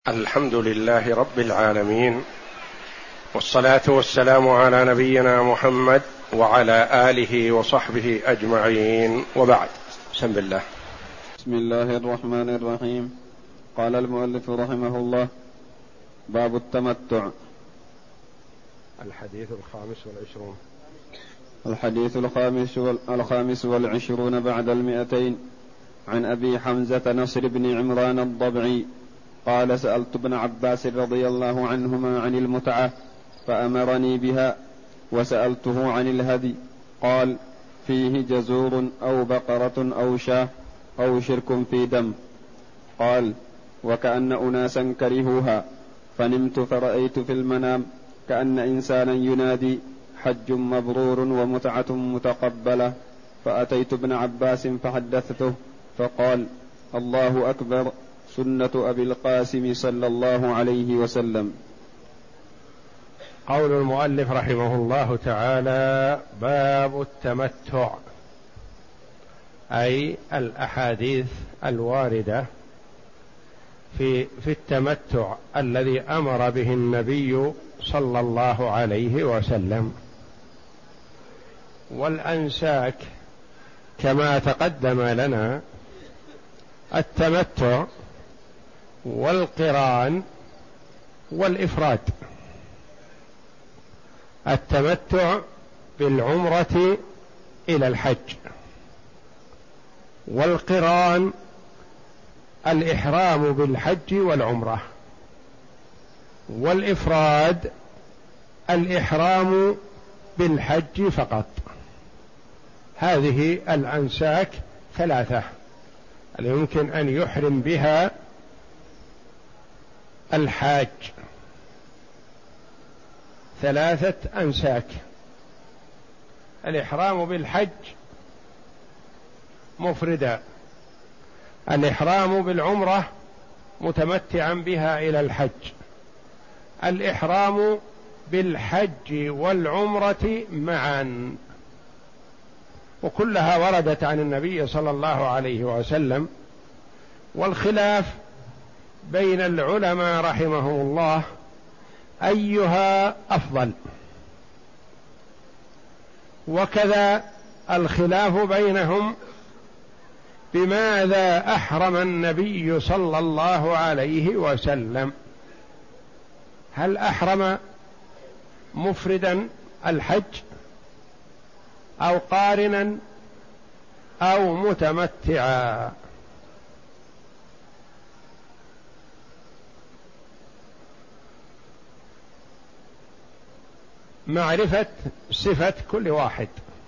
الحمد لله رب العالمين، والصلاة والسلام على نبينا محمد وعلى آله وصحبه أجمعين، وبعد. بسم الله. بسم الله الرحمن الرحيم. قال المؤلف رحمه الله: باب التمتع. الحديث الخامس والعشرون بعد 200. عن أبي حمزة نصر بن عمران الضبعي قال: سألت ابن عباس رضي الله عنهما عن المتعة فأمرني بها، وسألته عن الهدي قال: فيه جزور أو بقرة أو شاة أو شرك في دم. قال: وكأن أناسا كرهوها، فنمت فرأيت في المنام كأن إنسانا ينادي: حج مبرور ومتعة متقبلة. فأتيت ابن عباس فحدثته فقال: الله أكبر، سنة أبي القاسم صلى الله عليه وسلم. قول المؤلف رحمه الله تعالى: باب التمتع، أي الأحاديث الواردة في التمتع الذي أمر به النبي صلى الله عليه وسلم. والأنساك كما تقدم لنا التمتع والقران والإفراد. التمتع بالعمرة إلى الحج، والقران الإحرام بالحج والعمرة، والإفراد الإحرام بالحج فقط. هذه الأنساك ثلاثة يمكن أن يحرم بها الحاج، ثلاثة أنساك: الإحرام بالحج مفردا، الإحرام بالعمرة متمتعا بها إلى الحج، الإحرام بالحج والعمرة معا. وكلها وردت عن النبي صلى الله عليه وسلم، والخلاف بين العلماء رحمهم الله أيها أفضل، وكذا الخلاف بينهم بماذا أحرم النبي صلى الله عليه وسلم. هل أحرم مفردا الحج أو قارنا أو متمتعا؟ معرفة صفة كل واحد.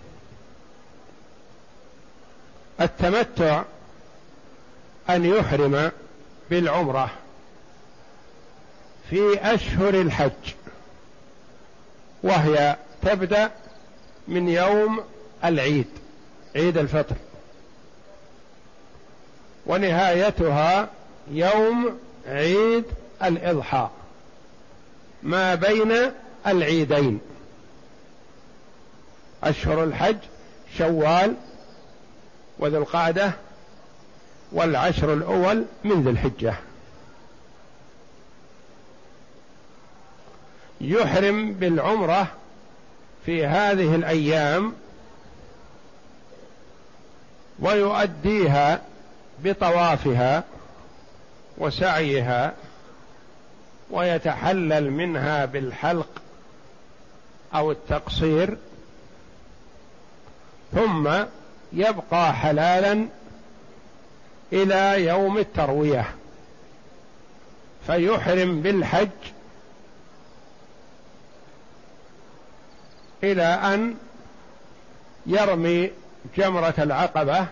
التمتع أن يحرم بالعمرة في أشهر الحج، وهي تبدأ من يوم العيد، عيد الفطر، ونهايتها يوم عيد الإضحى، ما بين العيدين. أشهر الحج شوال وذو القعدة والعشر الأول من ذي الحجة. يحرم بالعمرة في هذه الأيام ويؤديها بطوافها وسعيها، ويتحلل منها بالحلق أو التقصير، ثم يبقى حلالا إلى يوم التروية، فيحرم بالحج إلى أن يرمي جمرة العقبة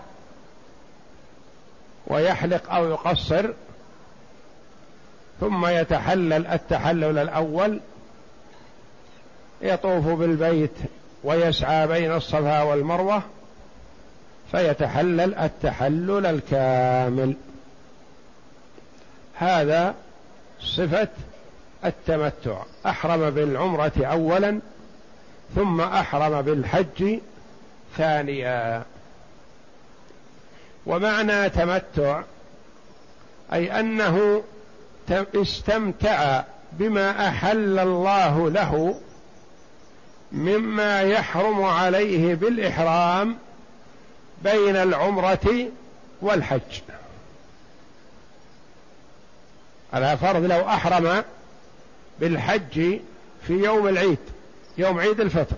ويحلق أو يقصر، ثم يتحلل التحلل الأول، يطوف بالبيت ويسعى بين الصفا والمروة، فيتحلل التحلل الكامل. هذا صفة التمتع: أحرم بالعمرة أولا، ثم أحرم بالحج ثانيا. ومعنى تمتع أي أنه استمتع بما أحل الله له مما يحرم عليه بالإحرام بين العمرة والحج. على فرض لو أحرم بالحج في يوم العيد، يوم عيد الفطر،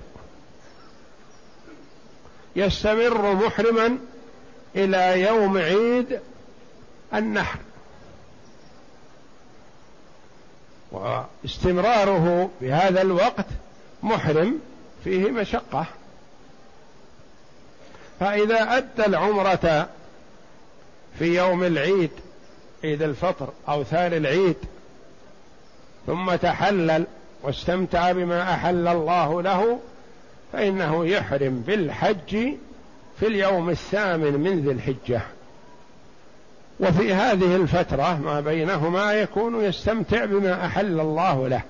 يستمر محرما إلى يوم عيد النحر، واستمراره بهذا الوقت محرم فيه مشقة. فإذا أدى العمرة في يوم العيد، عيد الفطر أو ثاني العيد، ثم تحلل واستمتع بما أحل الله له، فإنه يحرم بالحج في اليوم الثامن من ذي الحجة، وفي هذه الفترة ما بينهما يكون يستمتع بما أحل الله له.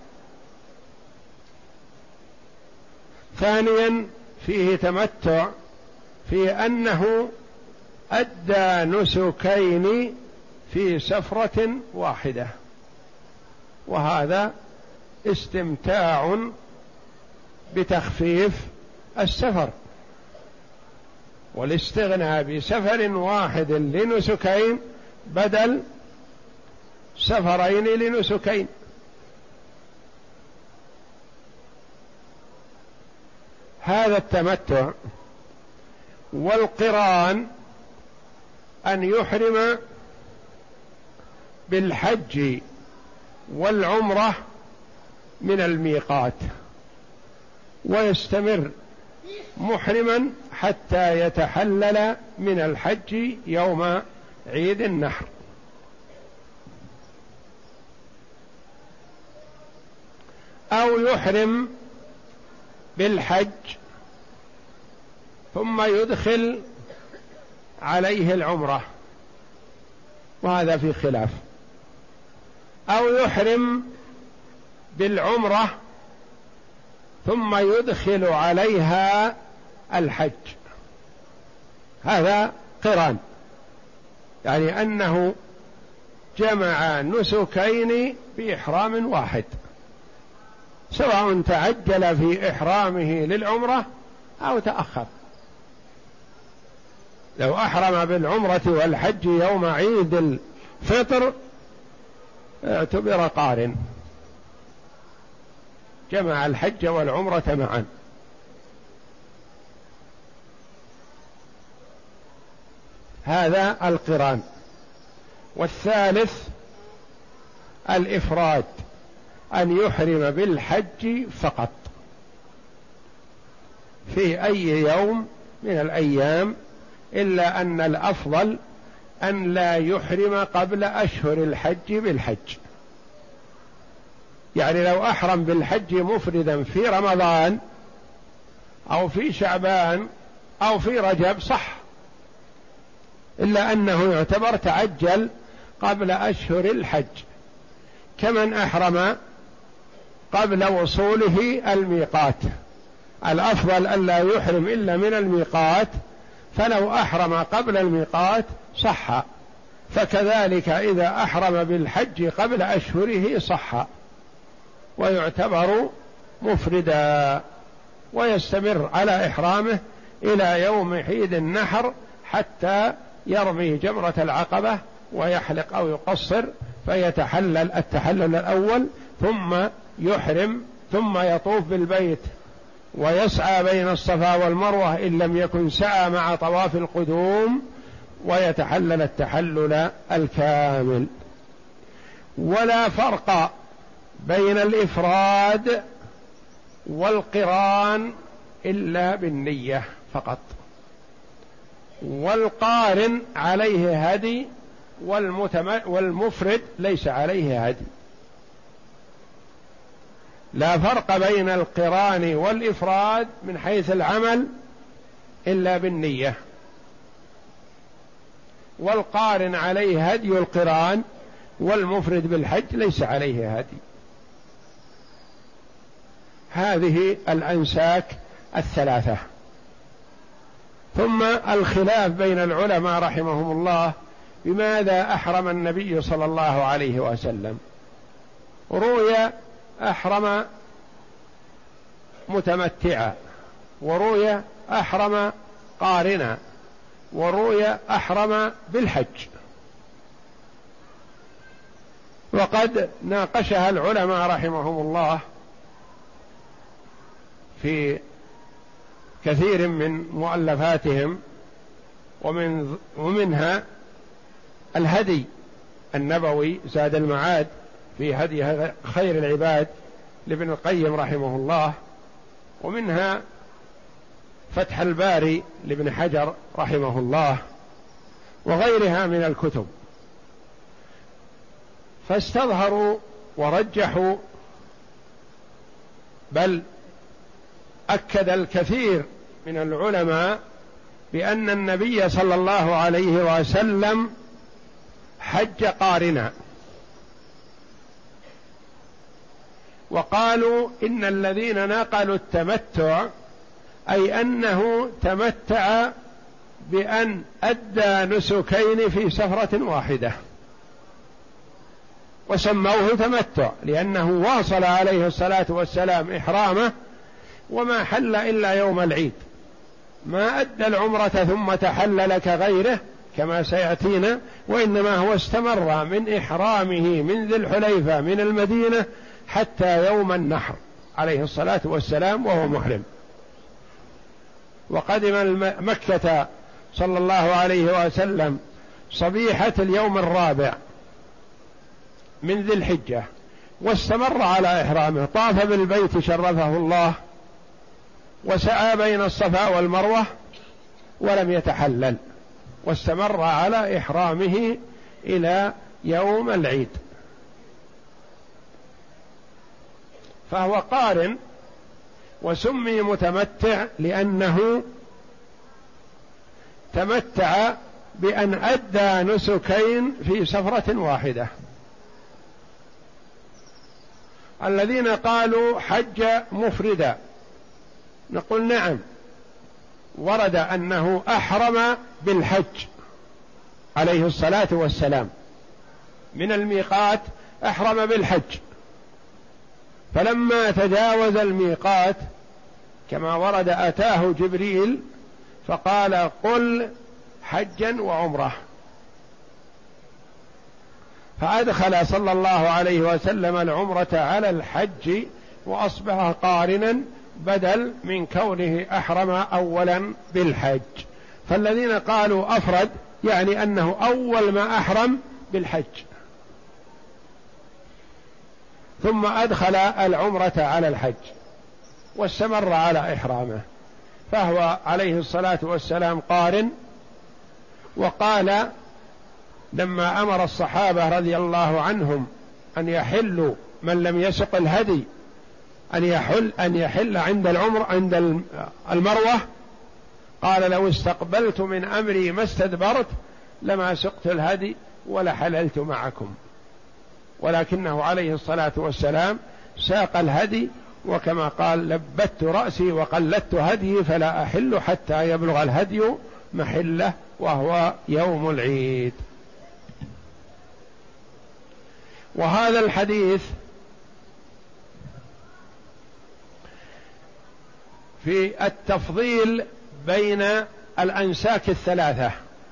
ثانيا فيه تمتع في أنه أدى نسكين في سفرة واحدة، وهذا استمتاع بتخفيف السفر، والاستغناء بسفر واحد لنسكين بدل سفرين لنسكين. هذا التمتع. والقران أن يحرم بالحج والعمرة من الميقات، ويستمر محرما حتى يتحلل من الحج يوم عيد النحر. أو يحرم بالحج ثم يدخل عليه العمرة، وهذا في خلاف. أو يحرم بالعمرة ثم يدخل عليها الحج، هذا قران، يعني أنه جمع نسكين بإحرام واحد، سواء تعجل في إحرامه للعمرة أو تأخر. لو أحرم بالعمرة والحج يوم عيد الفطر اعتبر قارن، جمع الحج والعمرة معا. هذا القران. والثالث الإفراد، أن يحرم بالحج فقط في أي يوم من الأيام، إلا أن الأفضل أن لا يحرم قبل أشهر الحج بالحج. يعني لو أحرم بالحج مفردا في رمضان أو في شعبان أو في رجب صح، إلا أنه يعتبر تعجل قبل أشهر الحج، كمن أحرم قبل وصوله الميقات. الأفضل ألا يحرم إلا من الميقات، فلو أحرم قبل الميقات صح، فكذلك إذا أحرم بالحج قبل أشهره صح، ويعتبر مفردا، ويستمر على إحرامه إلى يوم عيد النحر حتى يرمي جمرة العقبة ويحلق أو يقصر، فيتحلل التحلل الأول، ثم يحرم، ثم يطوف بالبيت ويسعى بين الصفا والمروة إن لم يكن سعى مع طواف القدوم، ويتحلل التحلل الكامل. ولا فرق بين الإفراد والقران إلا بالنية فقط. والقارن عليه هدي، والمفرد ليس عليه هدي. لا فرق بين القران والإفراد من حيث العمل إلا بالنية. والقارن عليه هدي القران، والمفرد بالحج ليس عليه هدي. هذه الأنساك الثلاثة. ثم الخلاف بين العلماء رحمهم الله بماذا أحرم النبي صلى الله عليه وسلم. روي أحرم متمتعا، وروي أحرم قارنا، وروي أحرم بالحج. وقد ناقشها العلماء رحمهم الله في كثير من مؤلفاتهم، ومنها الهدي النبوي زاد المعاد في هدي خير العباد لابن القيم رحمه الله، ومنها فتح الباري لابن حجر رحمه الله، وغيرها من الكتب. فاستظهروا ورجحوا، بل أكد الكثير من العلماء بأن النبي صلى الله عليه وسلم حج قارنا، وقالوا إن الذين نقلوا التمتع أي أنه تمتع بأن أدى نسكين في سفرة واحدة، وسموه تمتع لأنه واصل عليه الصلاة والسلام إحرامه وما حل إلا يوم العيد، ما أدى العمرة ثم تحلل كغيره كما سيأتينا، وإنما هو استمر من إحرامه من ذي الحليفة من المدينة حتى يوم النحر عليه الصلاة والسلام وهو محرم. وقدم مكة صلى الله عليه وسلم صبيحة اليوم الرابع من ذي الحجة، واستمر على إحرامه، طاف بالبيت شرفه الله، وسعى بين الصفا والمروة ولم يتحلل، واستمر على إحرامه إلى يوم العيد. فهو قارن، وسمي متمتع لأنه تمتع بأن أدى نسكين في سفرة واحدة. الذين قالوا حج مفردا، نقول نعم، ورد أنه أحرم بالحج عليه الصلاة والسلام من الميقات، أحرم بالحج، فلما تجاوز الميقات كما ورد أتاه جبريل فقال قل حجا وعمرة، فأدخل صلى الله عليه وسلم العمرة على الحج وأصبح قارنا بدل من كونه أحرم أولا بالحج. فالذين قالوا أفرد يعني أنه أول ما أحرم بالحج ثم أدخل العمرة على الحج واستمر على إحرامه، فهو عليه الصلاة والسلام قارن. وقال لما أمر الصحابة رضي الله عنهم أن يحلوا من لم يسق الهدي أن يحل عند العمر عند المروة، قال لو استقبلت من أمري ما استدبرت لما سقت الهدي ولا حللت معكم، ولكنه عليه الصلاة والسلام ساق الهدي، وكما قال لبت رأسي وقلدت هدي فلا أحل حتى يبلغ الهدي محله وهو يوم العيد. وهذا الحديث في التفضيل بين الأنساك الثلاثة.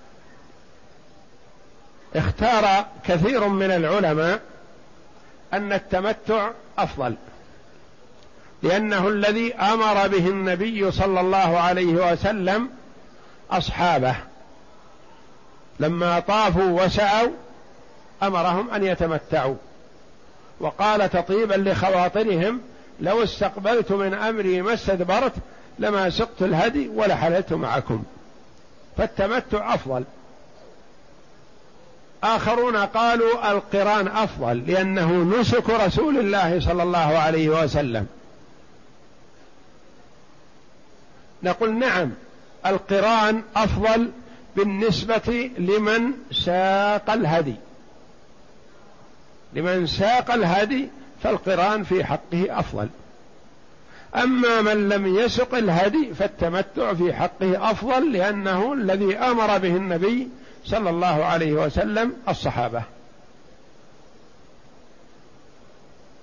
اختار كثير من العلماء أن التمتع أفضل، لأنه الذي أمر به النبي صلى الله عليه وسلم أصحابه لما طافوا وسعوا أمرهم أن يتمتعوا، وقال تطيبا لخواطرهم لو استقبلت من أمري ما استدبرت لما سقت الهدي ولا حللت معكم، فالتمتع أفضل. آخرون قالوا القران أفضل لأنه نسك رسول الله صلى الله عليه وسلم. نقول نعم، القران أفضل بالنسبة لمن ساق الهدي، لمن ساق الهدي فالقران في حقه أفضل. أما من لم يسق الهدي فالتمتع في حقه أفضل، لأنه الذي أمر به النبي صلى الله عليه وسلم الصحابة.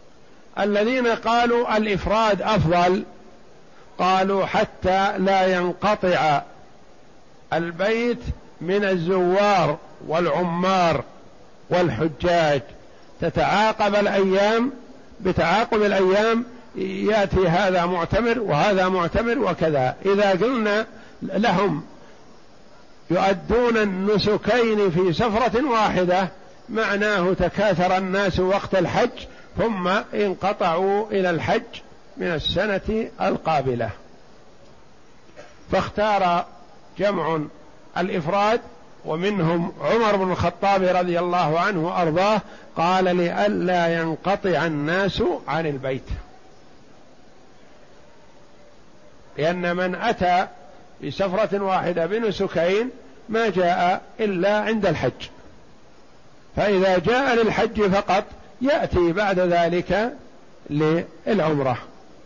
الذين قالوا الإفراد أفضل قالوا حتى لا ينقطع البيت من الزوار والعمار والحجاج، تتعاقب الأيام، بتعاقب الأيام يأتي هذا معتمر وهذا معتمر وكذا. إذا قلنا لهم يؤدون النسكين في سفرة واحدة معناه تكاثر الناس وقت الحج ثم انقطعوا إلى الحج من السنة القابلة، فاختار جمع الإفراد ومنهم عمر بن الخطاب رضي الله عنه وأرضاه، قال لئلا ينقطع الناس عن البيت، لأن من أتى بسفرة واحدة بنسكين ما جاء إلا عند الحج، فإذا جاء للحج فقط يأتي بعد ذلك للعمرة.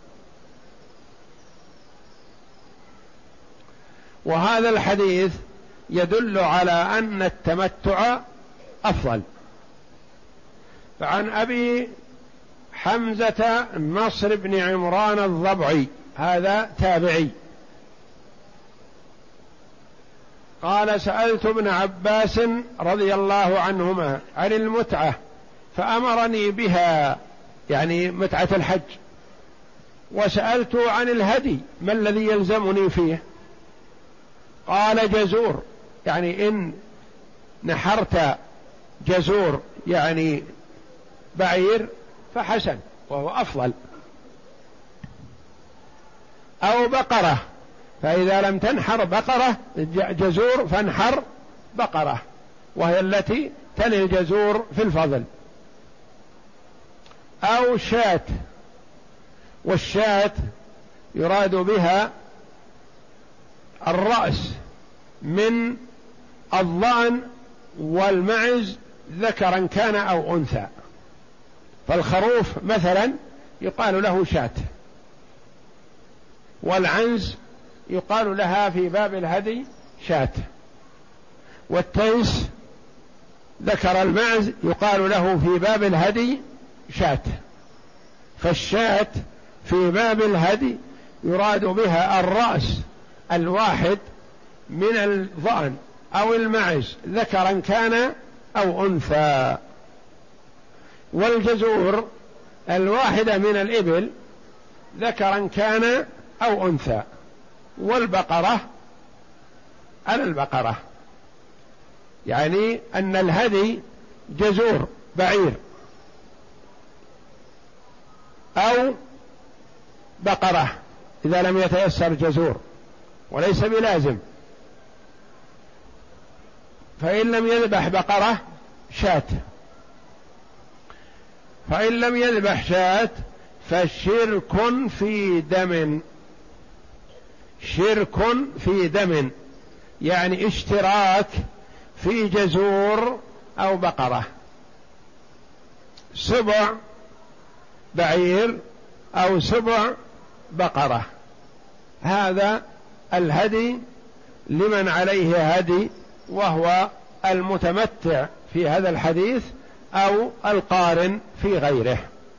وهذا الحديث يدل على أن التمتع أفضل. فعن أبي حمزة نصر بن عمران الضبعي، هذا تابعي، قال سألت ابن عباس رضي الله عنهما عن المتعة فأمرني بها، يعني متعة الحج، وسألت عن الهدي ما الذي يلزمني فيه؟ قال جزور، يعني إن نحرت جزور يعني بعير فحسن وهو أفضل، أو بقرة، فإذا لم تنحر بقرة جزور فانحر بقرة وهي التي تلي الجزور في الفضل، أو شاة، والشاة يراد بها الرأس من الضأن والمعز ذكرا كان أو أنثى، فالخروف مثلا يقال له شاة، والعنز يقال لها في باب الهدي شاة، والتيس ذكر المعز يقال له في باب الهدي شاة. فالشاة في باب الهدي يراد بها الرأس الواحد من الضأن أو المعز ذكرا كان أو أنثى، والجزور الواحدة من الإبل ذكرا كان أو أنثى، والبقرة على البقرة، يعني أن الهدي جزور بعير أو بقرة إذا لم يتيسر جزور، وليس بلازم، فإن لم يذبح بقرة شاة، فإن لم يذبح شاة فشرك في دم، شرك في دم يعني اشتراك في جزور أو بقرة، سبع بعير أو سبع بقرة، هذا الهدي لمن عليه هدي، وهو المتمتع في هذا الحديث أو القارن في غيره،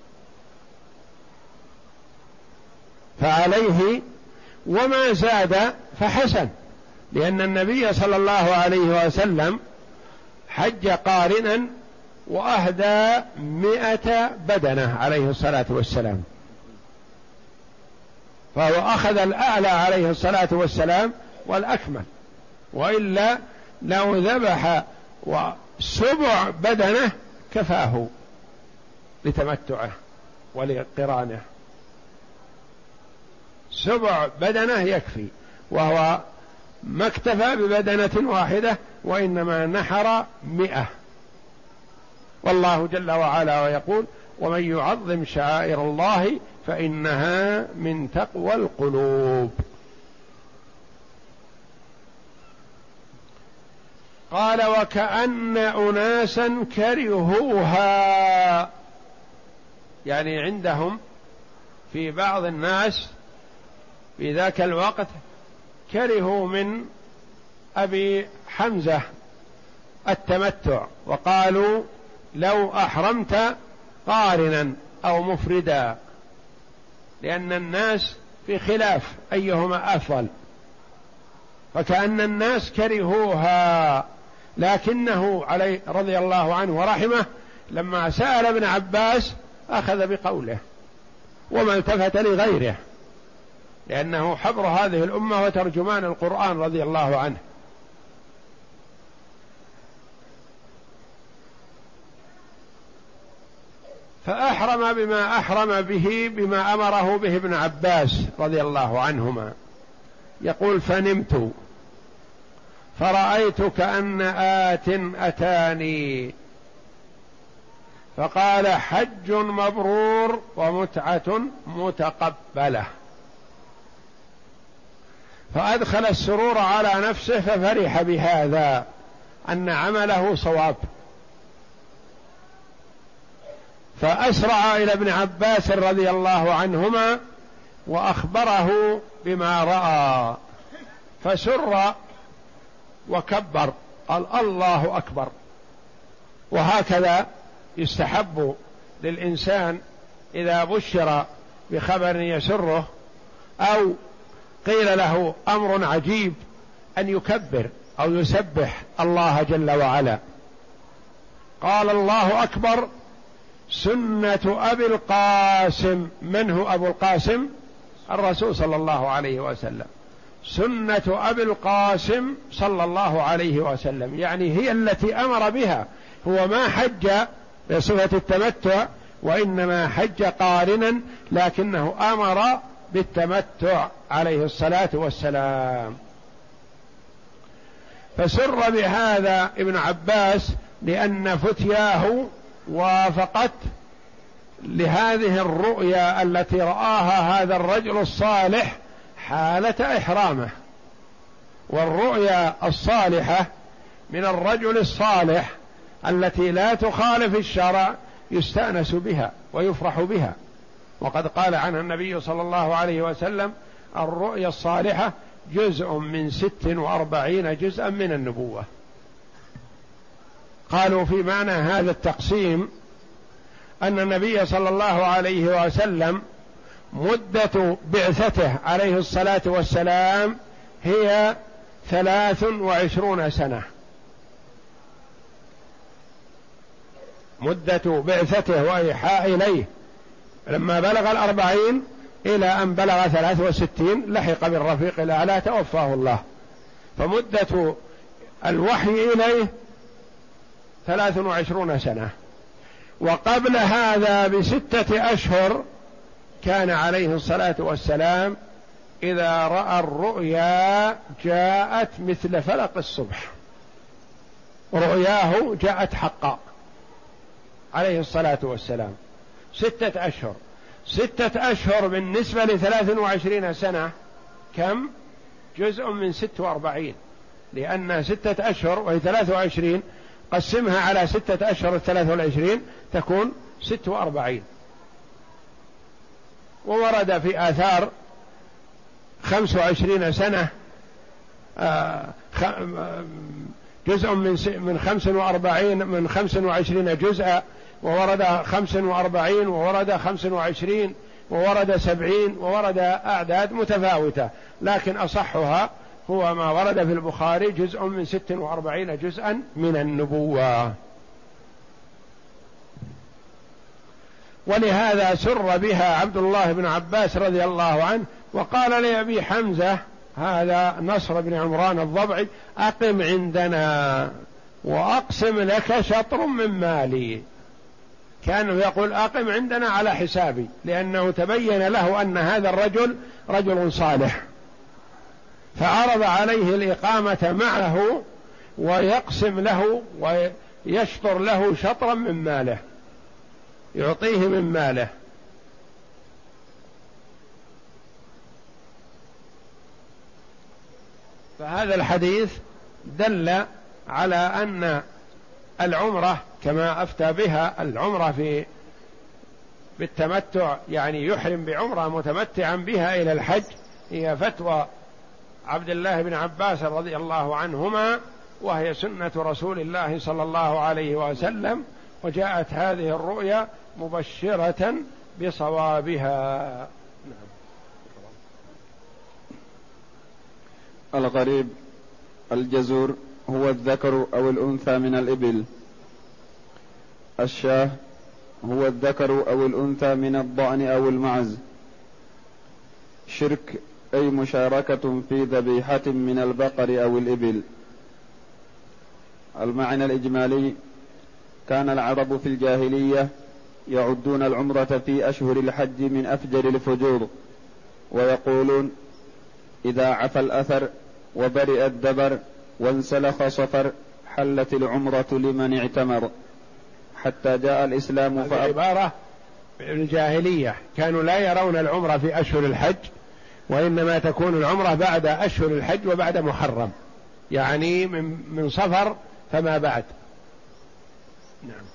فعليه، وما زاد فحسن، لأن النبي صلى الله عليه وسلم حج قارنا وأهدى 100 بدنة عليه الصلاة والسلام، فهو أخذ الأعلى عليه الصلاة والسلام والأكمل، وإلا لو ذبح وسبع بدنة كفاه لتمتعه ولقرانه، سبع بدنة يكفي، وهو ما اكتفى ببدنة واحدة وإنما نحر 100. والله جل وعلا ويقول ومن يعظم شعائر الله فإنها من تقوى القلوب. قال وكأن أناسا كرهوها، يعني عندهم في بعض الناس في ذاك الوقت كرهوا من أبي حمزة التمتع، وقالوا لو أحرمت قارنا أو مفردا، لأن الناس في خلاف أيهما أفضل، فكأن الناس كرهوها، لكنه عليه رضي الله عنه ورحمه لما سأل ابن عباس أخذ بقوله وما التفت لغيره، لأنه حبر هذه الأمة وترجمان القرآن رضي الله عنه. فأحرم بما أحرم به بما أمره به ابن عباس رضي الله عنهما. يقول: فنمت فرأيت كأن آت أتاني فقال: حج مبرور ومتعة متقبلة. فأدخل السرور على نفسه ففرح بهذا أن عمله صواب، فأسرع إلى ابن عباس رضي الله عنهما وأخبره بما رأى، فسر وكبر قال: الله أكبر. وهكذا يستحب للإنسان إذا بشر بخبر يسره أو قيل له أمر عجيب أن يكبر أو يسبح الله جل وعلا. قال: الله أكبر سنة أبي القاسم. من هو أبو القاسم؟ الرسول صلى الله عليه وسلم. سنة أبي القاسم صلى الله عليه وسلم، يعني هي التي أمر بها. هو ما حج بصفة التمتع، وإنما حج قارنا، لكنه أمر بالتمتع عليه الصلاة والسلام. فسر بهذا ابن عباس لأن فتياه وافقت لهذه الرؤيا التي رآها هذا الرجل الصالح حالة إحرامه. والرؤيا الصالحة من الرجل الصالح التي لا تخالف الشرع يستأنس بها ويفرح بها، وقد قال عنها النبي صلى الله عليه وسلم: الرؤيا الصالحة جزء من 46 جزءا من النبوة. قالوا في معنى هذا التقسيم أن النبي صلى الله عليه وسلم مدة بعثته عليه الصلاة والسلام هي 23 سنة. مدة بعثته وإيحاء إليه لما بلغ 40 إلى أن بلغ 63 لحق بالرفيق الأعلى توفاه الله، فمدة الوحي إليه 23 سنة. وقبل هذا ب6 أشهر كان عليه الصلاة والسلام إذا رأى الرؤيا جاءت مثل فلق الصبح، رؤياه جاءت حقا عليه الصلاة والسلام. 6 أشهر. 6 أشهر بالنسبة ل23 سنة كم؟ جزء من 46، لأن 6 أشهر وهي 23 قسمها على 6 أشهر 23 تكون 46. وورد في آثار 25 سنة، جزء من 45 من 25 جزءا، وورد 45 وورد 25 وورد 70 وورد أعداد متفاوتة، لكن أصحها هو ما ورد في البخاري جزء من 46 جزءا من النبوة. ولهذا سر بها عبد الله بن عباس رضي الله عنه، وقال لأبي حمزة هذا نصر بن عمران الضبعي: أقم عندنا وأقسم لك شطر من مالي. كان يقول أقم عندنا على حسابي، لأنه تبين له أن هذا الرجل رجل صالح، فعرض عليه الإقامة معه ويقسم له ويشطر له شطرا من ماله، يعطيه من ماله. فهذا الحديث دل على أن العمرة كما أفتى بها العمرة بالتمتع، يعني يحرم بعمرة متمتعا بها إلى الحج، هي فتوى عبد الله بن عباس رضي الله عنهما، وهي سنة رسول الله صلى الله عليه وسلم. وجاءت هذه الرؤيا مبشرة بصوابها. نعم. الغريب الجزور هو الذكر أو الأنثى من الإبل. الشاه هو الذكر أو الأنثى من الضأن أو المعز. شرك أي مشاركة في ذبيحة من البقر أو الإبل. المعنى الإجمالي: كان العرب في الجاهلية يعدون العمرة في أشهر الحج من أفجر الفجور، ويقولون: إذا عفى الأثر وبرئ الدبر وانسلخ صفر حلت العمرة لمن اعتمر، حتى جاء الإسلام. هذه عبارة الجاهلية، كانوا لا يرون العمرة في أشهر الحج، وإنما تكون العمرة بعد أشهر الحج وبعد محرم، يعني من صفر فما بعد. نعم.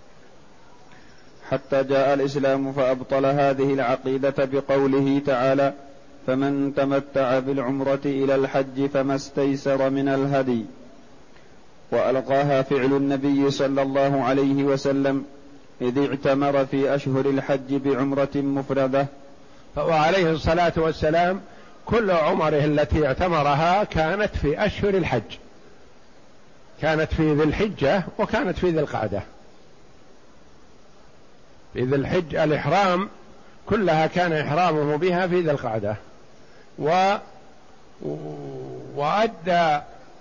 حتى جاء الإسلام فأبطل هذه العقيدة بقوله تعالى: فمن تمتع بالعمرة إلى الحج فما استيسر من الهدي، وألقاها فعل النبي صلى الله عليه وسلم إذ اعتمر في أشهر الحج بعمرة مفردة. وعليه الصلاة والسلام كل عمره التي اعتمرها كانت في أشهر الحج، كانت في ذي الحجة وكانت في ذي القعدة. في ذي الحج الإحرام كلها كان إحرامه بها في ذي القعدة، وأدى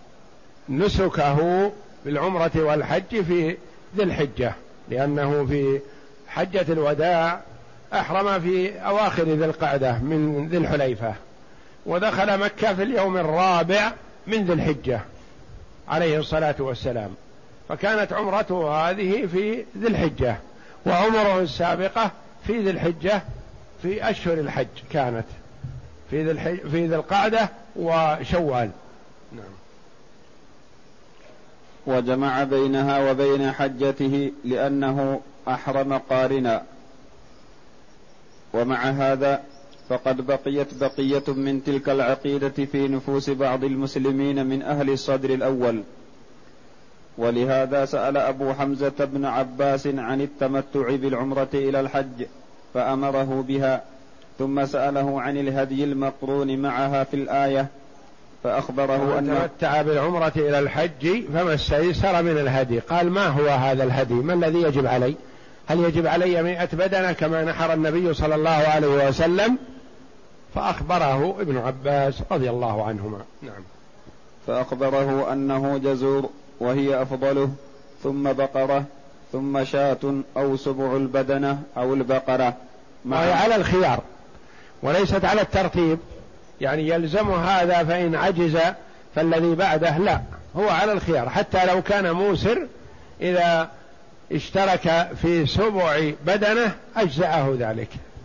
نسكه بالعمرة والحج في ذي الحجة، لأنه في حجة الوداع أحرم في أواخر ذي القعدة من ذي الحليفة، ودخل مكة في اليوم الرابع من ذي الحجة عليه الصلاة والسلام، فكانت عمرته هذه في ذي الحجة، وعمره السابقة في ذي الحجة في أشهر الحج كانت في ذي القعدة وشوال. نعم. وجمع بينها وبين حجته لأنه أحرم قارنا. ومع هذا فقد بقيت بقية من تلك العقيدة في نفوس بعض المسلمين من أهل الصدر الأول، ولهذا سأل أبو حمزة بن عباس عن التمتع بالعمرة إلى الحج فأمره بها، ثم سأله عن الهدي المقرون معها في الآية فأخبره أن تمتع بالعمرة إلى الحج فما استيسر من الهدي. قال: ما هو هذا الهدي؟ ما الذي يجب علي؟ هل يجب علي 100 بدنة كما نحر النبي صلى الله عليه وسلم؟ فأخبره ابن عباس رضي الله عنهما. نعم. فأخبره أنه جزور وهي أفضله، ثم بقرة، ثم شاة أو سبع البدنة أو البقرة، وهي على الخيار وليست على الترتيب، يعني يلزم هذا فإن عجز فالذي بعده، لا، هو على الخيار، حتى لو كان موسر إذا اشترك في سبع بدنة أجزأه ذلك.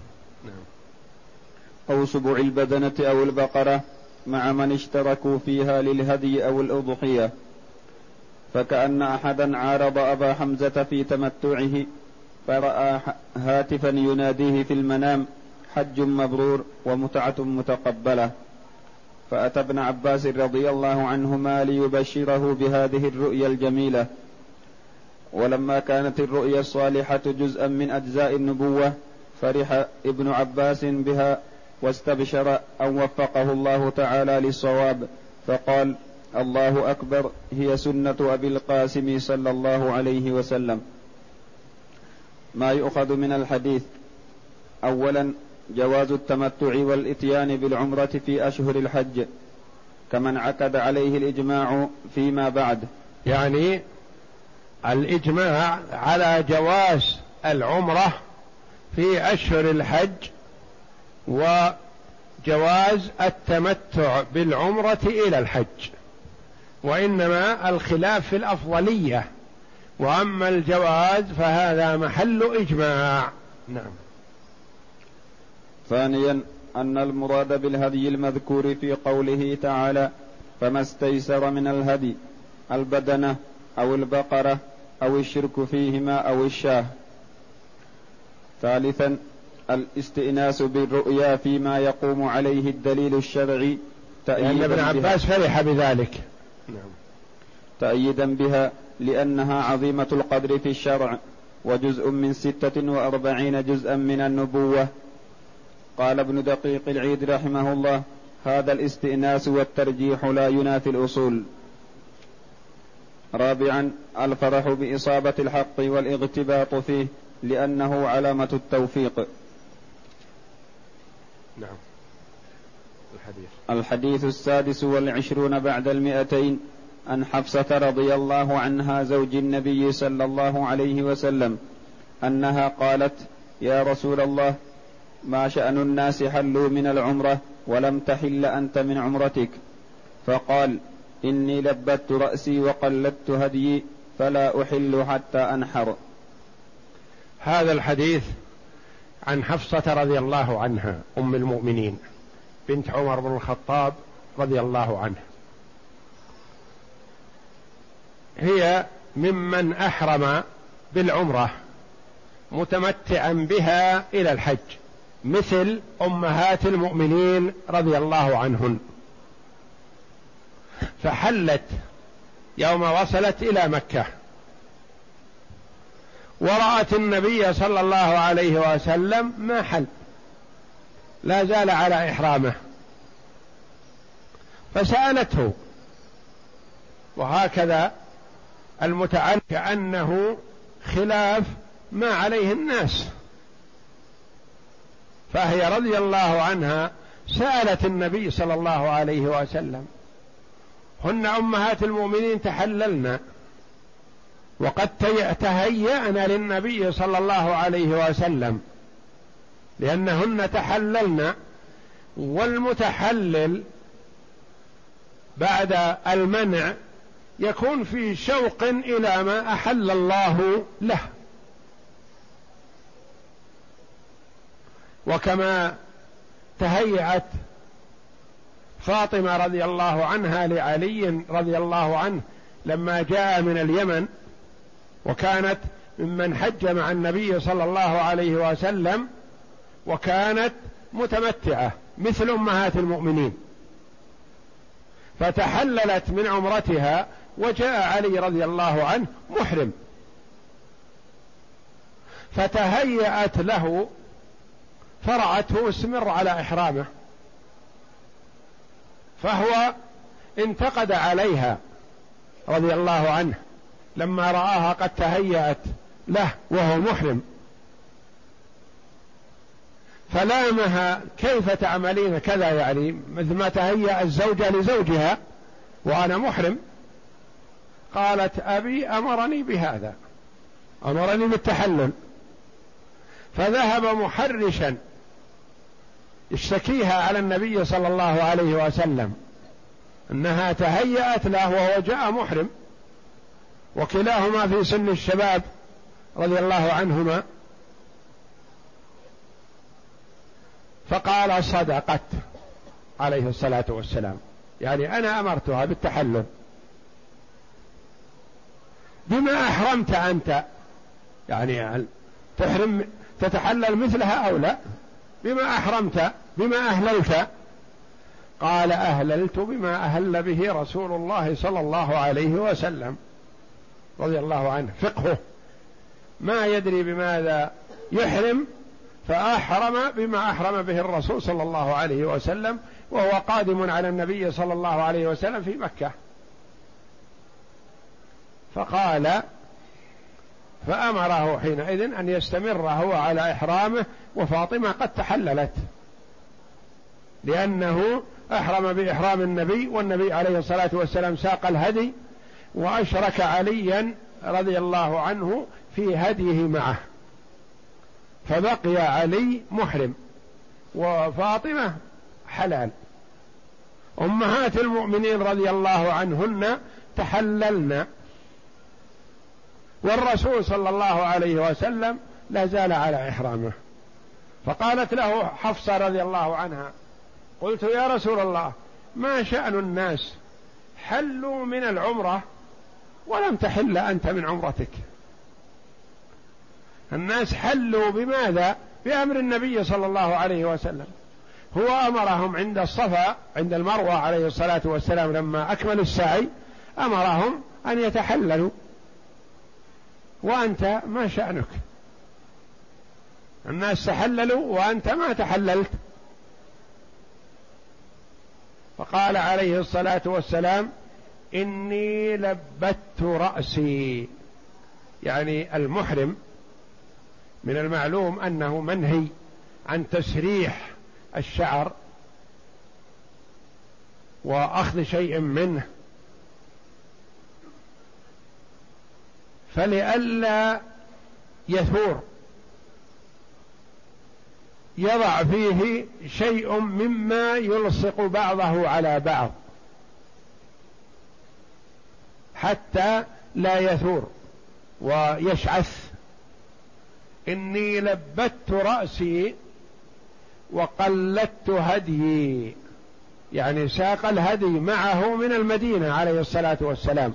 أو سبع البدنة أو البقرة مع من اشتركوا فيها للهدي أو الأضحية. فكأن أحدا عارض أبا حمزة في تمتعه، فرأى هاتفا يناديه في المنام: حج مبرور ومتعة متقبلة. فأتى ابن عباس رضي الله عنهما ليبشره بهذه الرؤيا الجميلة. ولما كانت الرؤيا الصالحة جزءا من أجزاء النبوة فرح ابن عباس بها واستبشر أن وفقه الله تعالى للصواب، فقال: الله أكبر، هي سنة أبي القاسم صلى الله عليه وسلم. ما يؤخذ من الحديث: أولا جواز التمتع والإتيان بالعمرة في أشهر الحج كما انعقد عليه الإجماع فيما بعد، يعني الإجماع على جواز العمرة في أشهر الحج وجواز التمتع بالعمرة إلى الحج، وإنما الخلاف في الأفضلية، وأما الجواز فهذا محل إجماع. نعم. ثانيا أن المراد بالهدي المذكور في قوله تعالى: فما استيسر من الهدي البدنة أو البقرة أو الشرك فيهما أو الشاه. ثالثا الاستئناس بالرؤيا فيما يقوم عليه الدليل الشرعي، لأن ابن عباس فرح بذلك. نعم. تأييدا بها لأنها عظيمة القدر في الشرع، وجزء من 46 جزءا من النبوة. قال ابن دقيق العيد رحمه الله: هذا الاستئناس والترجيح لا ينافي الأصول. 4. الفرح بإصابة الحق والاغتباط فيه لأنه علامة التوفيق. نعم. الحديث 26 بعد 200 عن حفصة رضي الله عنها زوج النبي صلى الله عليه وسلم أنها قالت: يا رسول الله، ما شأن الناس حلوا من العمرة ولم تحل أنت من عمرتك؟ فقال: إني لبت رأسي وقلدت هديي فلا أحل حتى أنحر. هذا الحديث عن حفصة رضي الله عنها أم المؤمنين بنت عمر بن الخطاب رضي الله عنه، هي ممن أحرم بالعمرة متمتعا بها إلى الحج مثل أمهات المؤمنين رضي الله عنهن، فحلت يوم وصلت إلى مكة ورأت النبي صلى الله عليه وسلم ما حل، لا زال على إحرامه، فسألته، وهكذا المتعلق كأنه خلاف ما عليه الناس، فهي رضي الله عنها سألت النبي صلى الله عليه وسلم: هن أمهات المؤمنين تحللن وقد تهيأن للنبي صلى الله عليه وسلم لأنهن تحللن، والمتحلل بعد المنع يكون في شوق إلى ما أحل الله له، وكما تهيأت فاطمة رضي الله عنها لعلي رضي الله عنه لما جاء من اليمن، وكانت ممن حج مع النبي صلى الله عليه وسلم، وكانت متمتعة مثل أمهات المؤمنين، فتحللت من عمرتها وجاء علي رضي الله عنه محرم، فتهيأت له فرعته استمر على إحرامه، فهو انتقد عليها رضي الله عنه لما رآها قد تهيأت له وهو محرم، فلامها: كيف تعملين كذا؟ يعني مثل ما تهيأ الزوجة لزوجها وأنا محرم. قالت: أبي أمرني بهذا، أمرني بالتحلل. فذهب محرشا يشتكيها على النبي صلى الله عليه وسلم أنها تهيأت له وهو جاء محرم، وكلاهما في سن الشباب رضي الله عنهما. فقال: صدقت عليه الصلاة والسلام، يعني أنا أمرتها بالتحلل. بما أحرمت أنت؟ يعني تتحلل مثلها أو لا؟ بما أحرمت، بما أهللت؟ قال: أهللت بما أهل به رسول الله صلى الله عليه وسلم رضي الله عنه، فقهه ما يدري بماذا يحرم، فأحرم بما أحرم به الرسول صلى الله عليه وسلم وهو قادم على النبي صلى الله عليه وسلم في مكة. فقال: فأمره حينئذ أن يستمر هو على إحرامه، وفاطمة قد تحللت لأنه أحرم بإحرام النبي، والنبي عليه الصلاة والسلام ساق الهدي وأشرك عليا رضي الله عنه في هديه معه، فبقي علي محرم وفاطمة حلال. أمهات المؤمنين رضي الله عنهن تحللن، والرسول صلى الله عليه وسلم لا زال على إحرامه. فقالت له حفصة رضي الله عنها: قلت يا رسول الله، ما شأن الناس حلوا من العمرة ولم تحل أنت من عمرتك؟ الناس حلوا بماذا؟ بأمر النبي صلى الله عليه وسلم، هو أمرهم عند الصفا عند المروة عليه الصلاة والسلام لما أكملوا السعي، أمرهم أن يتحللوا، وأنت ما شأنك؟ الناس تحللوا وأنت ما تحللت. فقال عليه الصلاة والسلام: إني لبت رأسي، يعني المحرم من المعلوم أنه منهي عن تسريح الشعر وأخذ شيء منه، فلئلا يثور يضع فيه شيء مما يلصق بعضه على بعض حتى لا يثور ويشعث. إني لبت رأسي وقلدت هديي، يعني ساق الهدي معه من المدينة عليه الصلاة والسلام،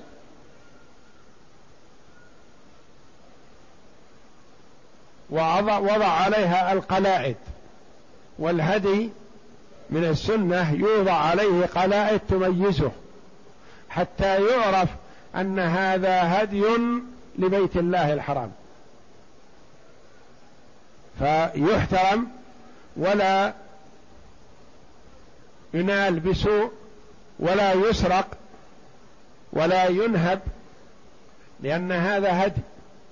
ووضع عليها القلائد، والهدي من السنة يوضع عليه قلائد تميزه حتى يعرف أن هذا هدي لبيت الله الحرام، فيحترم ولا ينال بسوء ولا يسرق ولا ينهب، لأن هذا هدي.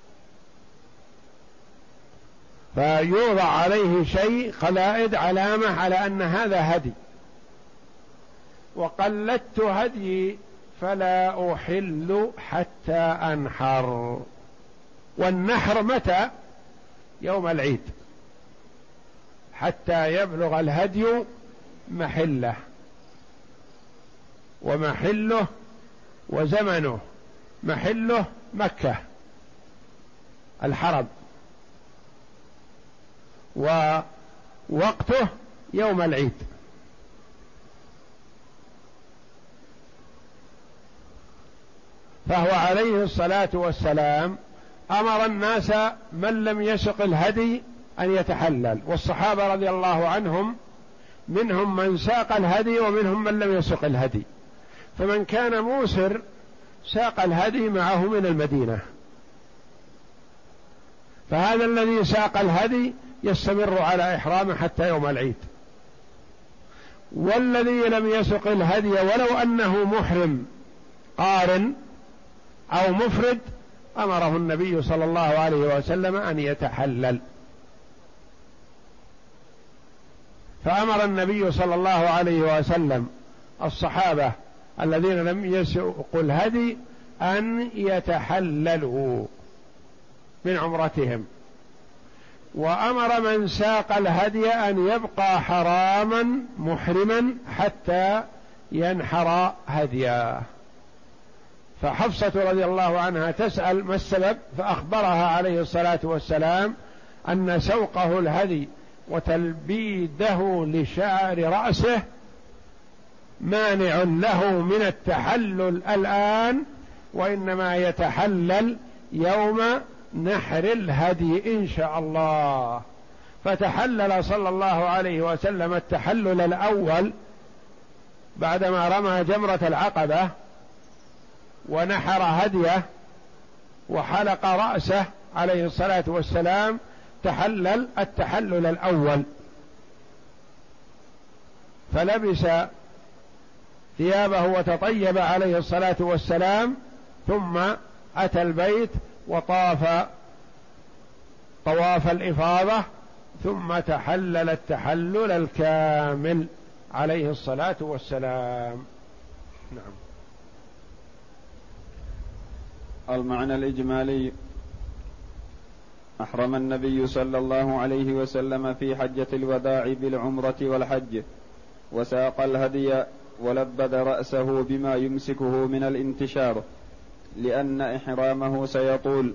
فيوضع عليه شيء قلائد علامة على أن هذا هدي. وقلدت هدي فلا أحل حتى أنحر. والنحر متى؟ يوم العيد، حتى يبلغ الهدي محله، ومحله وزمنه، محله مكة الحرم، ووقته يوم العيد. فهو عليه الصلاة والسلام أمر الناس من لم يسق الهدي أن يتحلل، والصحابة رضي الله عنهم منهم من ساق الهدي ومنهم من لم يسق الهدي، فمن كان موسر ساق الهدي معه من المدينة، فهذا الذي ساق الهدي يستمر على إحرامه حتى يوم العيد. والذي لم يسق الهدي ولو أنه محرم قارن أو مفرد أمره النبي صلى الله عليه وسلم أن يتحلل. فأمر النبي صلى الله عليه وسلم الصحابة الذين لم يسقوا الهدي أن يتحللوا من عمرتهم، وأمر من ساق الهدي أن يبقى حراما محرما حتى ينحر هديه. فحفصة رضي الله عنها تسأل ما السبب، فأخبرها عليه الصلاة والسلام أن سوقه الهدي وتلبيده لشعر رأسه مانع له من التحلل الآن، وإنما يتحلل يوم نحر الهدي إن شاء الله. فتحلل صلى الله عليه وسلم التحلل الأول بعدما رمى جمرة العقبة ونحر هديه وحلق رأسه عليه الصلاة والسلام، تحلل التحلل الأول، فلبس ثيابه وتطيب عليه الصلاة والسلام، ثم أتى البيت وطاف طواف الإفاضة، ثم تحلل التحلل الكامل عليه الصلاة والسلام. نعم. المعنى الإجمالي: أحرم النبي صلى الله عليه وسلم في حجة الوداع بالعمرة والحج، وساق الهدي ولبد رأسه بما يمسكه من الانتشار، لأن إحرامه سيطول،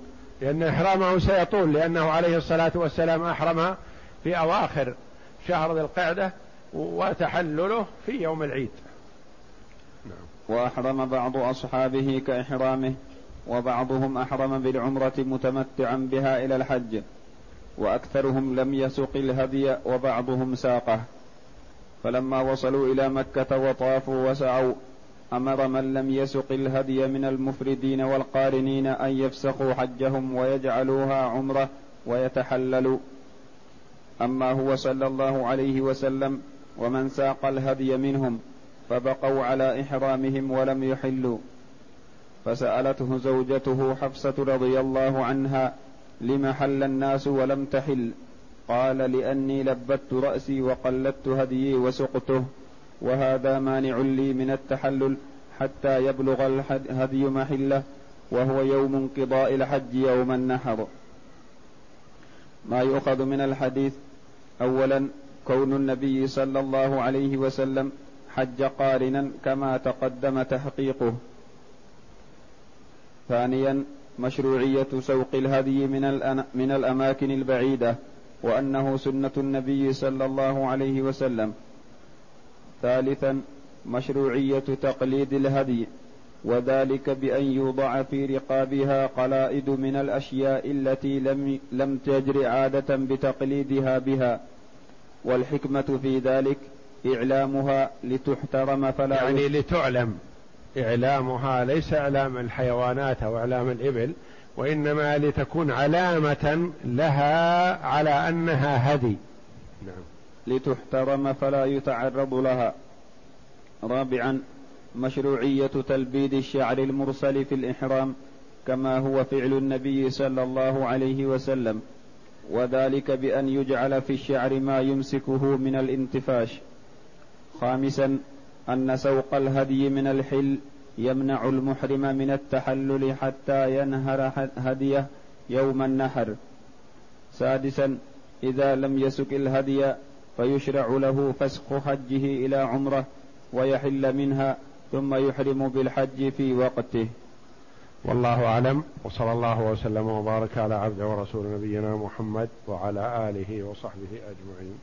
لأنه عليه الصلاة والسلام أحرم في أواخر شهر ذي القعدة، وتحلله في يوم العيد. نعم. وأحرم بعض أصحابه كإحرامه، وبعضهم أحرم بالعمرة متمتعا بها إلى الحج، وأكثرهم لم يسق الهدي وبعضهم ساقه. فلما وصلوا إلى مكة وطافوا وسعوا أمر من لم يسق الهدي من المفردين والقارنين أن يفسخوا حجهم ويجعلوها عمرة ويتحللوا. أما هو صلى الله عليه وسلم ومن ساق الهدي منهم فبقوا على إحرامهم ولم يحلوا. فسألته زوجته حفصة رضي الله عنها: لم حل الناس ولم تحل؟ قال: لأني لبت رأسي وقلدت هديي وسقته، وهذا مانع لي من التحلل حتى يبلغ الهدي محله، وهو يوم انقضاء الحج يوم النحر. ما يؤخذ من الحديث: أولا كون النبي صلى الله عليه وسلم حج قارنا كما تقدم تحقيقه. ثانيا مشروعية سوق الهدي من الأماكن البعيدة، وأنه سنة النبي صلى الله عليه وسلم. ثالثا مشروعية تقليد الهدي، وذلك بأن يوضع في رقابها قلائد من الأشياء التي لم تجر عادة بتقليدها بها، والحكمة في ذلك إعلامها لتحترم فلا يعني لتعلم، إعلامها ليس إعلام الحيوانات أو إعلام الإبل، وإنما لتكون علامة لها على أنها هدي. نعم. لتحترم فلا يتعرض لها. رابعا مشروعية تلبيد الشعر المرسل في الإحرام كما هو فعل النبي صلى الله عليه وسلم، وذلك بأن يجعل في الشعر ما يمسكه من الانتفاش. خامسا أن سوق الهدي من الحل يمنع المحرم من التحلل حتى ينهر هديه يوم النحر. سادسا إذا لم يسك الهدي فيشرع له فسخ حجه إلى عمره ويحل منها ثم يحرم بالحج في وقته. والله أعلم، وصلى الله وسلم وبارك على عبد ورسول نبينا محمد وعلى آله وصحبه أجمعين.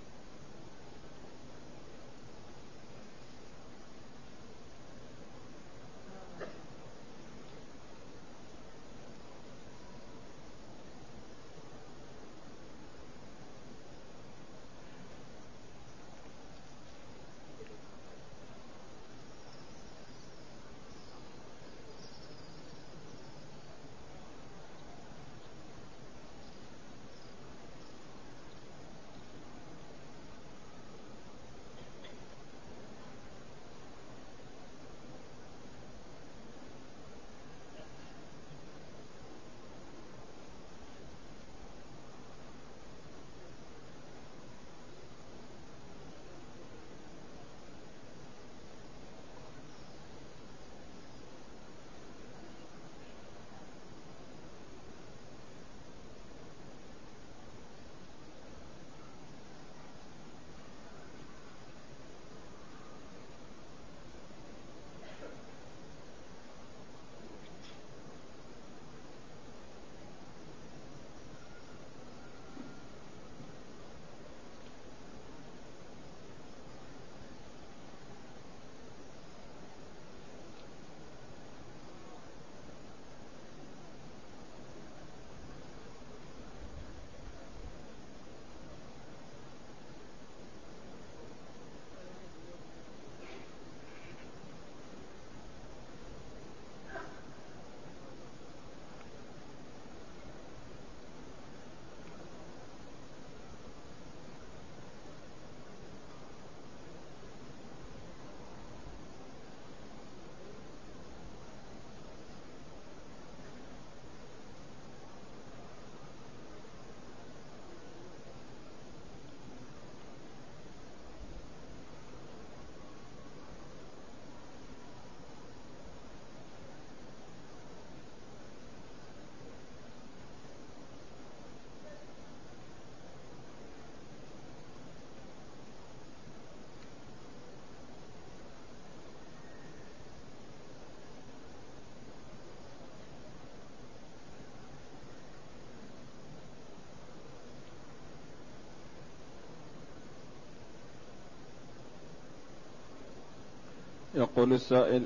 يقول السائل: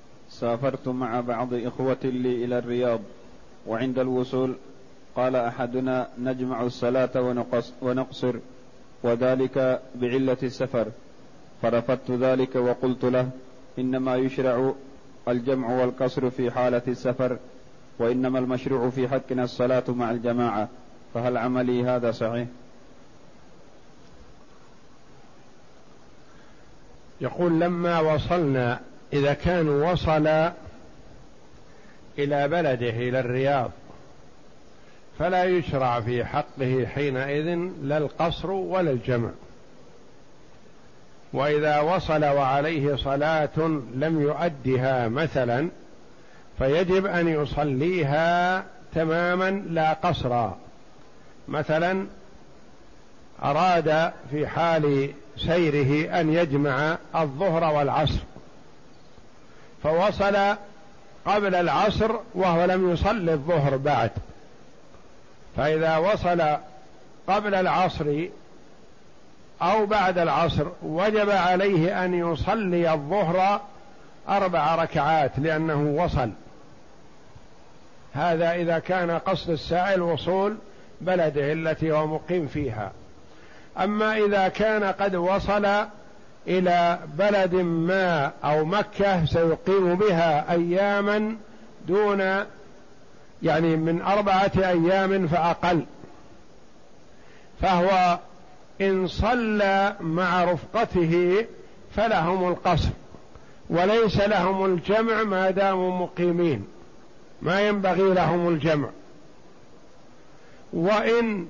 سافرت مع بعض إخوة لي إلى الرياض، وعند الوصول قال أحدنا: نجمع الصلاة ونقصر، وذلك بعلة السفر. فرفضت ذلك وقلت له: إنما يشرع الجمع والقصر في حالة السفر، وإنما المشروع في حقنا الصلاة مع الجماعة، فهل عملي هذا صحيح؟ يقول لما وصلنا، إذا كان وصل إلى بلده إلى الرياض فلا يشرع في حقه حينئذ لا القصر ولا الجمع. وإذا وصل وعليه صلاة لم يؤدها مثلا فيجب أن يصليها تماما لا قصرا. مثلا أراد في حال سيره أن يجمع الظهر والعصر فوصل قبل العصر وهو لم يصلي الظهر بعد، فإذا وصل قبل العصر أو بعد العصر وجب عليه أن يصلي الظهر 4 ركعات لأنه وصل. هذا إذا كان قصد السائل وصول بلده التي هو مقيم فيها. أما إذا كان قد وصل إلى بلد ما أو مكة سيقيم بها أياما دون يعني من 4 أيام فأقل، فهو إن صلى مع رفقته فلهم القصر وليس لهم الجمع ما داموا مقيمين، ما ينبغي لهم الجمع. وإن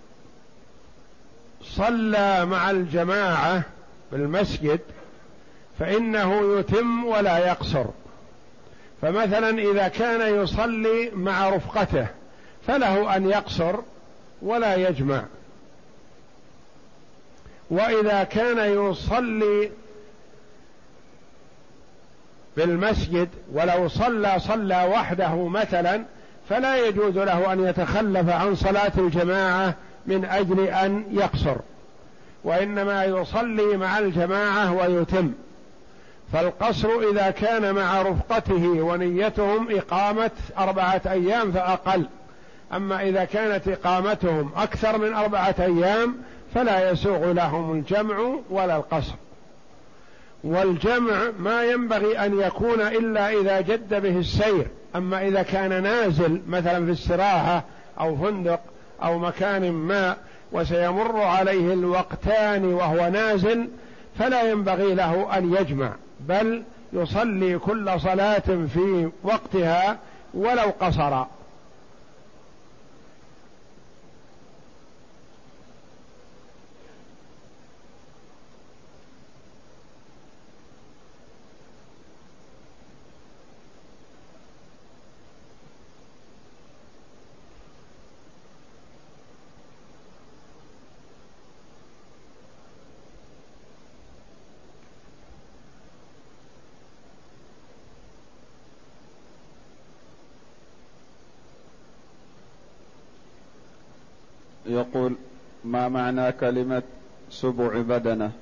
صلى مع الجماعة في المسجد فإنه يتم ولا يقصر. فمثلا إذا كان يصلي مع رفقته فله أن يقصر ولا يجمع. وإذا كان يصلي بالمسجد ولو صلى وحده مثلا فلا يجوز له أن يتخلف عن صلاة الجماعة من أجل أن يقصر، وإنما يصلي مع الجماعة ويتم. فالقصر إذا كان مع رفقته ونيتهم إقامة 4 أيام فأقل. أما إذا كانت إقامتهم أكثر من 4 أيام فلا يسوغ لهم الجمع ولا القصر. والجمع ما ينبغي أن يكون إلا إذا جد به السير. أما إذا كان نازل مثلا في استراحة أو فندق أو مكان ما وسيمر عليه الوقتان وهو نازل فلا ينبغي له أن يجمع، بل يصلي كل صلاة في وقتها ولو قصر. يقول: ما معنى كلمة سبع بدنة؟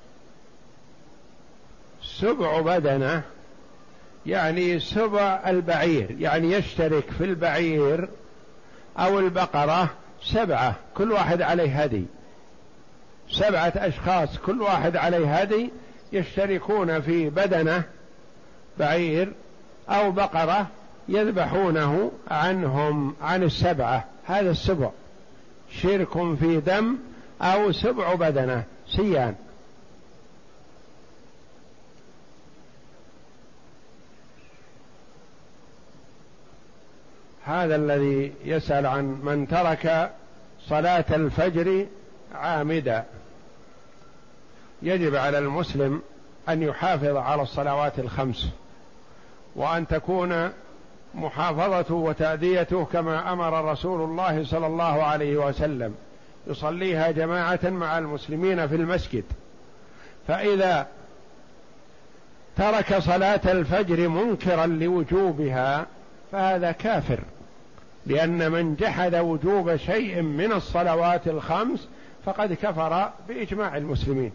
سبع بدنة يعني سبع البعير، يعني يشترك في البعير أو البقرة 7 كل واحد عليه هدي، 7 أشخاص كل واحد عليه هدي يشتركون في بدنة بعير أو بقرة يذبحونه عنهم عن 7. هذا السبع شرك في دم أو 7 بدنة سيان. هذا الذي يسأل عن من ترك صلاة الفجر عامدا. يجب على المسلم أن يحافظ على الصلوات الخمس، وأن تكون محافظته وتأديته كما أمر رسول الله صلى الله عليه وسلم، يصليها جماعة مع المسلمين في المسجد. فإذا ترك صلاة الفجر منكرا لوجوبها فهذا كافر، لأن من جحد وجوب شيء من الصلوات الخمس فقد كفر بإجماع المسلمين.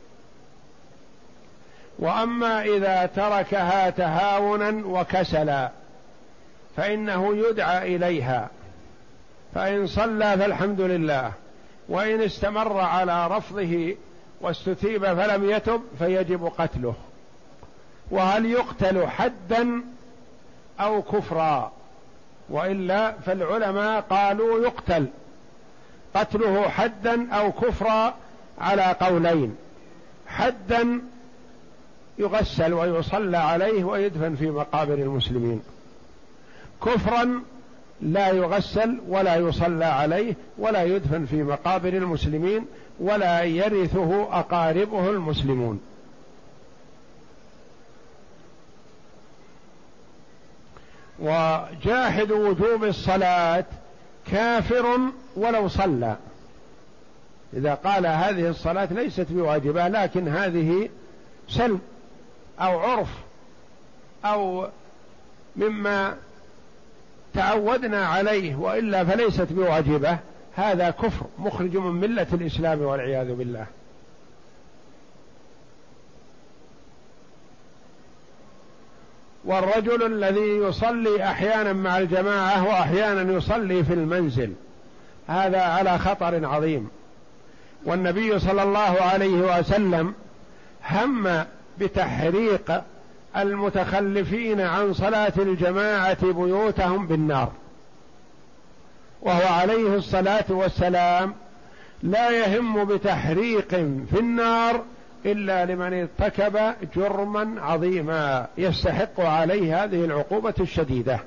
وأما إذا تركها تهاونا وكسلا فإنه يدعى إليها، فإن صلى فالحمد لله، وإن استمر على رفضه واستتيب فلم يتب فيجب قتله، وهل يقتل حدا أو كفرا؟ وإلا فالعلماء قالوا يقتل، قتله حدا أو كفرا على قولين. حدا يغسل ويصلى عليه ويدفن في مقابر المسلمين، كفرا لا يغسل ولا يصلى عليه ولا يدفن في مقابر المسلمين ولا يرثه أقاربه المسلمون. وجاحد وجوب الصلاة كافر ولو صلى، إذا قال هذه الصلاة ليست بواجبة لكن هذه سلب أو عرف أو مما تعودنا عليه وإلا فليست بواجبة، هذا كفر مخرج من ملة الإسلام والعياذ بالله. والرجل الذي يصلي أحيانا مع الجماعة وأحيانا يصلي في المنزل هذا على خطر عظيم. والنبي صلى الله عليه وسلم هم بتحريق المتخلفين عن صلاة الجماعة بيوتهم بالنار، وهو عليه الصلاة والسلام لا يهم بتحريق في النار إلا لمن ارتكب جرما عظيما يستحق عليه هذه العقوبة الشديدة.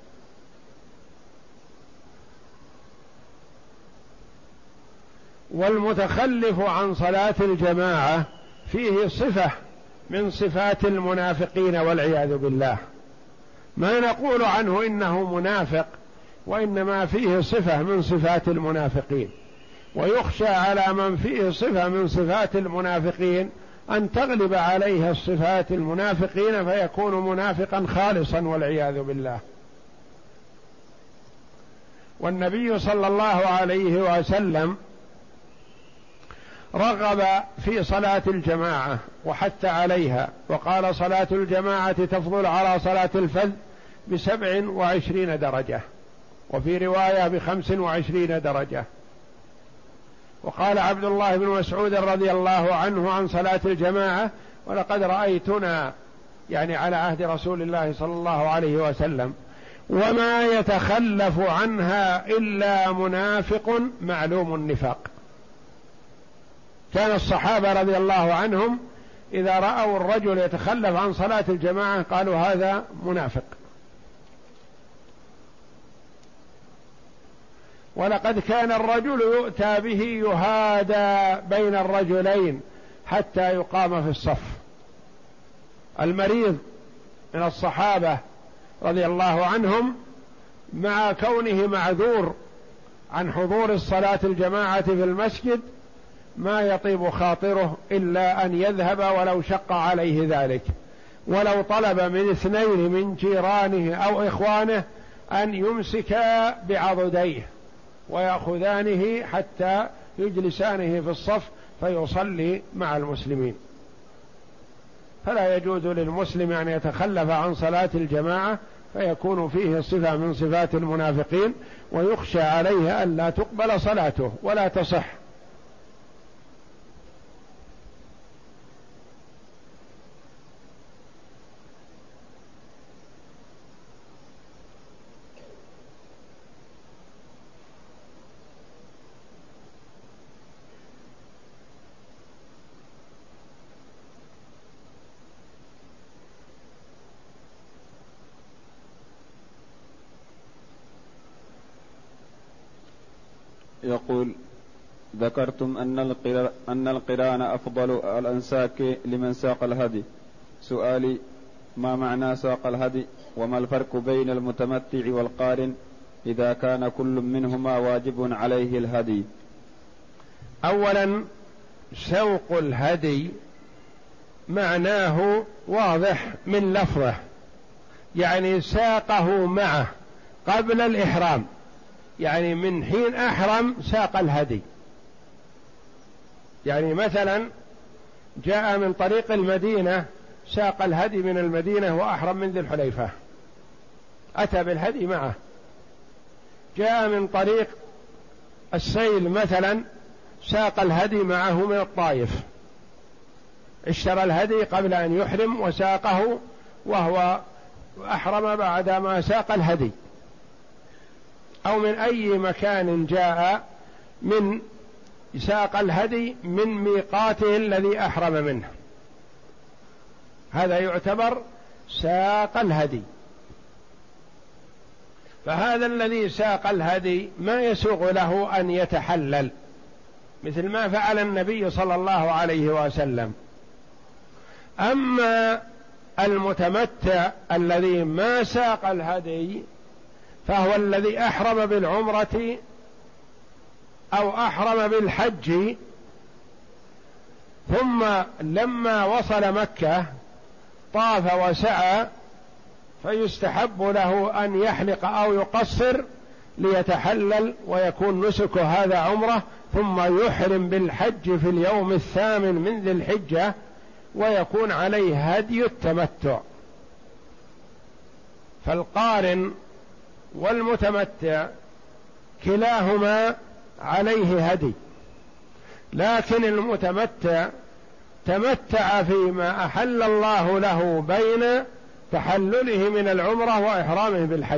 والمتخلف عن صلاة الجماعة فيه صفة من صفات المنافقين والعياذ بالله، ما نقول عنه إنه منافق، وإنما فيه صفة من صفات المنافقين. ويخشى على من فيه صفة من صفات المنافقين أن تغلب عليه الصفات المنافقين فيكون منافقا خالصا والعياذ بالله. والنبي صلى الله عليه وسلم رغب في صلاة الجماعة وحث عليها، وقال صلاة الجماعة تفضل على صلاة الفذ ب27 درجة، وفي رواية ب25 درجة. وقال عبد الله بن مسعود رضي الله عنه عن صلاة الجماعة: ولقد رأيتنا، يعني على عهد رسول الله صلى الله عليه وسلم، وما يتخلف عنها إلا منافق معلوم النفاق. كان الصحابة رضي الله عنهم إذا رأوا الرجل يتخلف عن صلاة الجماعة قالوا هذا منافق. ولقد كان الرجل يؤتى به يهادى بين الرجلين حتى يقام في الصف. المريض من الصحابة رضي الله عنهم مع كونه معذور عن حضور الصلاة الجماعة في المسجد ما يطيب خاطره إلا أن يذهب ولو شق عليه ذلك، ولو طلب من 2 من جيرانه أو إخوانه أن يمسكا بعضديه ويأخذانه حتى يجلسانه في الصف فيصلي مع المسلمين. فلا يجوز للمسلم أن يتخلف عن صلاة الجماعة فيكون فيه صفة من صفات المنافقين، ويخشى عليه أن لا تقبل صلاته ولا تصح. يقول: ذكرتم أن القران أفضل الأنساك لمن ساق الهدي. سؤالي: ما معنى ساق الهدي؟ وما الفرق بين المتمتع والقارن إذا كان كل منهما واجب عليه الهدي؟ أولا، سوق الهدي معناه واضح من لفظه، يعني ساقه معه قبل الإحرام، يعني من حين أحرم ساق الهدي. يعني مثلا جاء من طريق المدينة ساق الهدي من المدينة وأحرم من ذي الحليفة، أتى بالهدي معه. جاء من طريق السيل مثلا ساق الهدي معه من الطائف، اشترى الهدي قبل أن يحرم وساقه وهو أحرم بعد ما ساق الهدي، أو من أي مكان جاء من ساق الهدي من ميقاته الذي أحرم منه، هذا يعتبر ساق الهدي. فهذا الذي ساق الهدي ما يسوغ له أن يتحلل مثل ما فعل النبي صلى الله عليه وسلم. أما المتمتع الذي ما ساق الهدي فهو الذي أحرم بالعمرة أو أحرم بالحج، ثم لما وصل مكة طاف وسعى، فيستحب له أن يحلق أو يقصر ليتحلل ويكون نسك هذا عمرة، ثم يحرم بالحج في اليوم 8 من ذي الحجة ويكون عليه هدي التمتع. فالقارن والمتمتع كلاهما عليه هدي، لكن المتمتع تمتع فيما أحل الله له بين تحلله من العمرة وإحرامه بالحج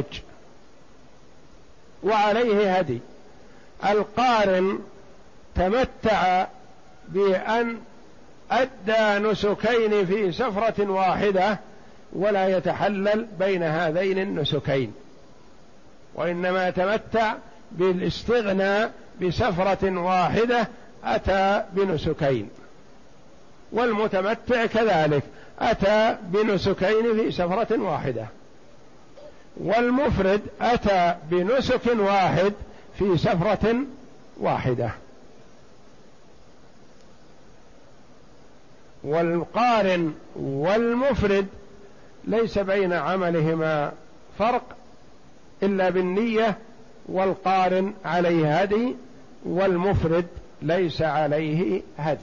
وعليه هدي. القارن تمتع بأن أدى نسكين في سفرة واحدة ولا يتحلل بين هذين النسكين، وإنما تمتع بالاستغناء بسفرة واحدة أتى بنسكين. والمتمتع كذلك أتى بنسكين في سفرة واحدة، والمفرد أتى بنسك واحد في سفرة واحدة. والقارن والمفرد ليس بين عملهما فرق إلا بالنية، والقارن عليه هدي والمفرد ليس عليه هدي.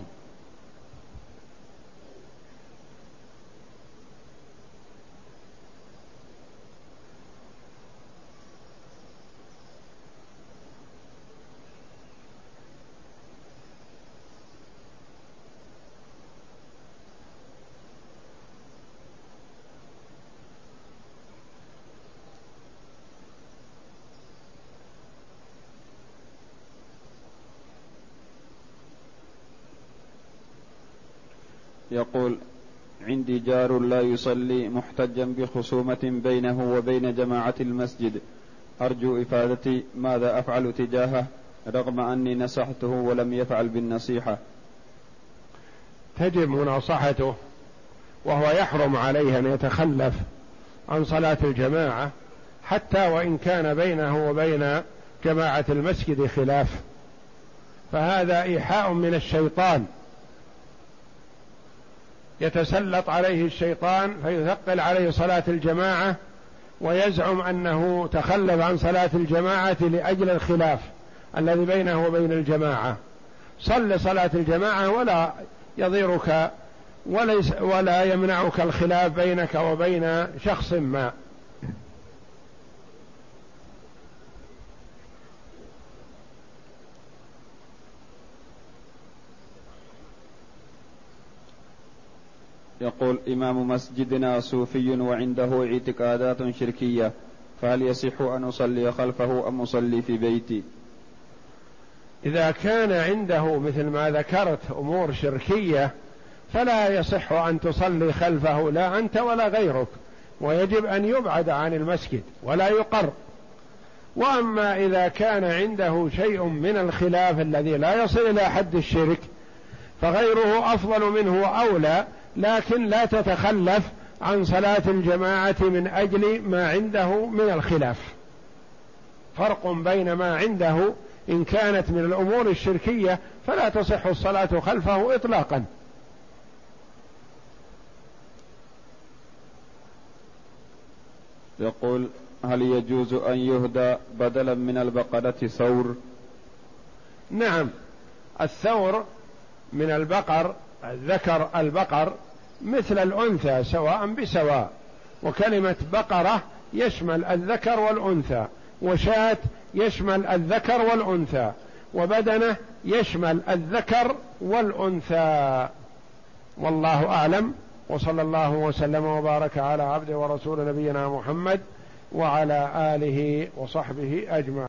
يقول: عندي جار لا يصلي محتجا بخصومة بينه وبين جماعة المسجد، أرجو إفادتي ماذا أفعل تجاهه رغم أني نصحته ولم يفعل بالنصيحة. تجب مناصحته، وهو يحرم عليه أن يتخلف عن صلاة الجماعة حتى وإن كان بينه وبين جماعة المسجد خلاف، فهذا إيحاء من الشيطان، يتسلط عليه الشيطان فيثقل عليه صلاة الجماعة ويزعم أنه تخلف عن صلاة الجماعة لأجل الخلاف الذي بينه وبين الجماعة. صل صلاة الجماعة ولا يضيرك ولا يمنعك الخلاف بينك وبين شخص ما. يقول: إمام مسجدنا صوفي وعنده اعتقادات شركية، فهل يصح أن أصلي خلفه أم أصلي في بيتي؟ إذا كان عنده مثل ما ذكرت أمور شركية فلا يصح أن تصلي خلفه، لا أنت ولا غيرك، ويجب أن يبعد عن المسجد ولا يقر. وأما إذا كان عنده شيء من الخلاف الذي لا يصل إلى حد الشرك فغيره أفضل منه وأولى، لكن لا تتخلف عن صلاة الجماعة من أجل ما عنده من الخلاف. فرق بين ما عنده، إن كانت من الأمور الشركية فلا تصح الصلاة خلفه إطلاقا. يقول: هل يجوز أن يهدى بدلا من البقرة ثور؟ نعم، الثور من البقر، ذكر البقر مثل الأنثى سواء بسواء، وكلمة بقرة يشمل الذكر والأنثى، وشاة يشمل الذكر والأنثى، وبدنه يشمل الذكر والأنثى. والله أعلم، وصلى الله وسلم وبارك على عبد ورسول نبينا محمد وعلى آله وصحبه أجمعين.